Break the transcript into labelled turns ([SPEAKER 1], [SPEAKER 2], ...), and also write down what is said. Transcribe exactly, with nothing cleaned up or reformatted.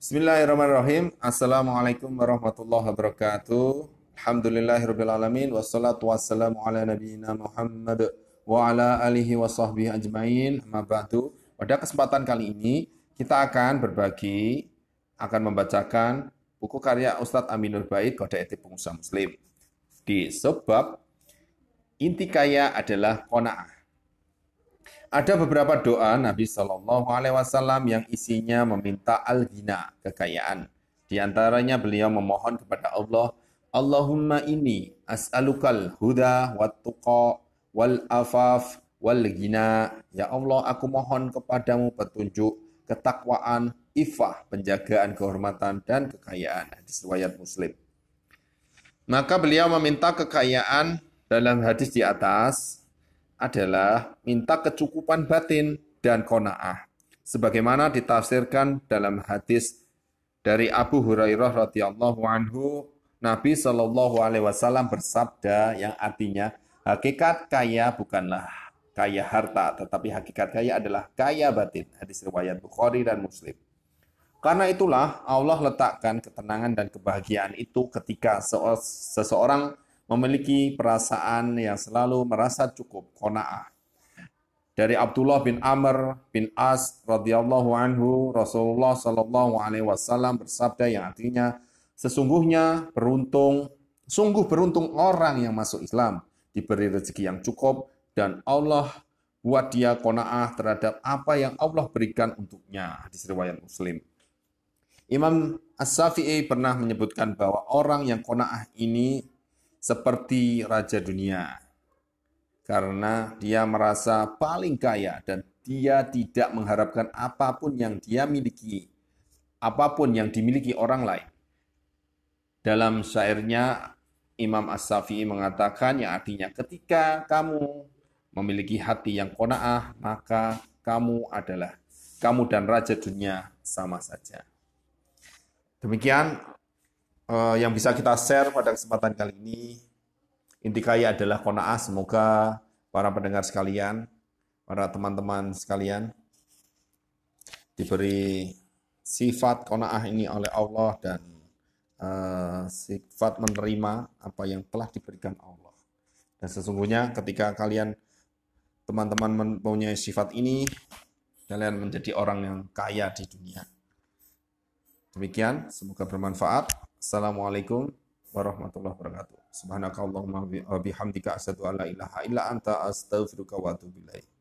[SPEAKER 1] Bismillahirrahmanirrahim. Assalamualaikum warahmatullahi wabarakatuh. Alhamdulillahirabbil alamin wassalatu wassalamu ala nabiyyina Muhammad wa ala alihi wa sahbihi ajmain. Amma ba'du. Pada kesempatan kali ini kita akan berbagi akan membacakan buku karya Ustadz Aminur Bait Kode Etik Pengusaha Muslim di subbab inti kaya adalah qanaah. Ada beberapa doa Nabi Shallallahu Alaihi Wasallam yang isinya meminta al-ghina, kekayaan. Di antaranya beliau memohon kepada Allah, Allahumma inni as'alukal huda wat tuqa wal afaf wal ghina. Ya Allah, aku mohon kepadamu petunjuk, ketakwaan, ifah, penjagaan kehormatan dan kekayaan. Hadis riwayat Muslim. Maka beliau meminta kekayaan dalam hadis di atas adalah minta kecukupan batin dan qanaah. Sebagaimana ditafsirkan dalam hadis dari Abu Hurairah radhiyallahu anhu, Nabi Shallallahu alaihi wasallam bersabda yang artinya hakikat kaya bukanlah kaya harta, tetapi hakikat kaya adalah kaya batin. Hadis riwayat Bukhari dan Muslim. Karena itulah Allah letakkan ketenangan dan kebahagiaan itu ketika seseorang memiliki perasaan yang selalu merasa cukup, qanaah. Dari Abdullah bin Amr bin As radhiyallahu anhu, Rasulullah sallallahu alaihi wasallam bersabda yang artinya sesungguhnya beruntung, sungguh beruntung orang yang masuk Islam, diberi rezeki yang cukup dan Allah buat dia qanaah terhadap apa yang Allah berikan untuknya. Hadis riwayat Muslim. Imam As-Syafi'i pernah menyebutkan bahwa orang yang qanaah ini seperti raja dunia, karena dia merasa paling kaya dan dia tidak mengharapkan apapun yang dia miliki, apapun yang dimiliki orang lain. Dalam syairnya, Imam As-Syafi'i mengatakan yang artinya ketika kamu memiliki hati yang qanaah, maka kamu adalah, kamu dan raja dunia sama saja. Demikian Uh, yang bisa kita share pada kesempatan kali ini. Inti kaya adalah qanaah. Semoga para pendengar sekalian, para teman-teman sekalian diberi sifat qanaah ini oleh Allah dan uh, sifat menerima apa yang telah diberikan Allah. Dan sesungguhnya ketika kalian teman-teman mempunyai sifat ini, kalian menjadi orang yang kaya di dunia. Demikian, semoga bermanfaat. Assalamualaikum warahmatullahi wabarakatuh. Subhanakallahumma wa bihamdika asyhadu an la ilaha illa anta astaghfiruka wa atubu ilaik.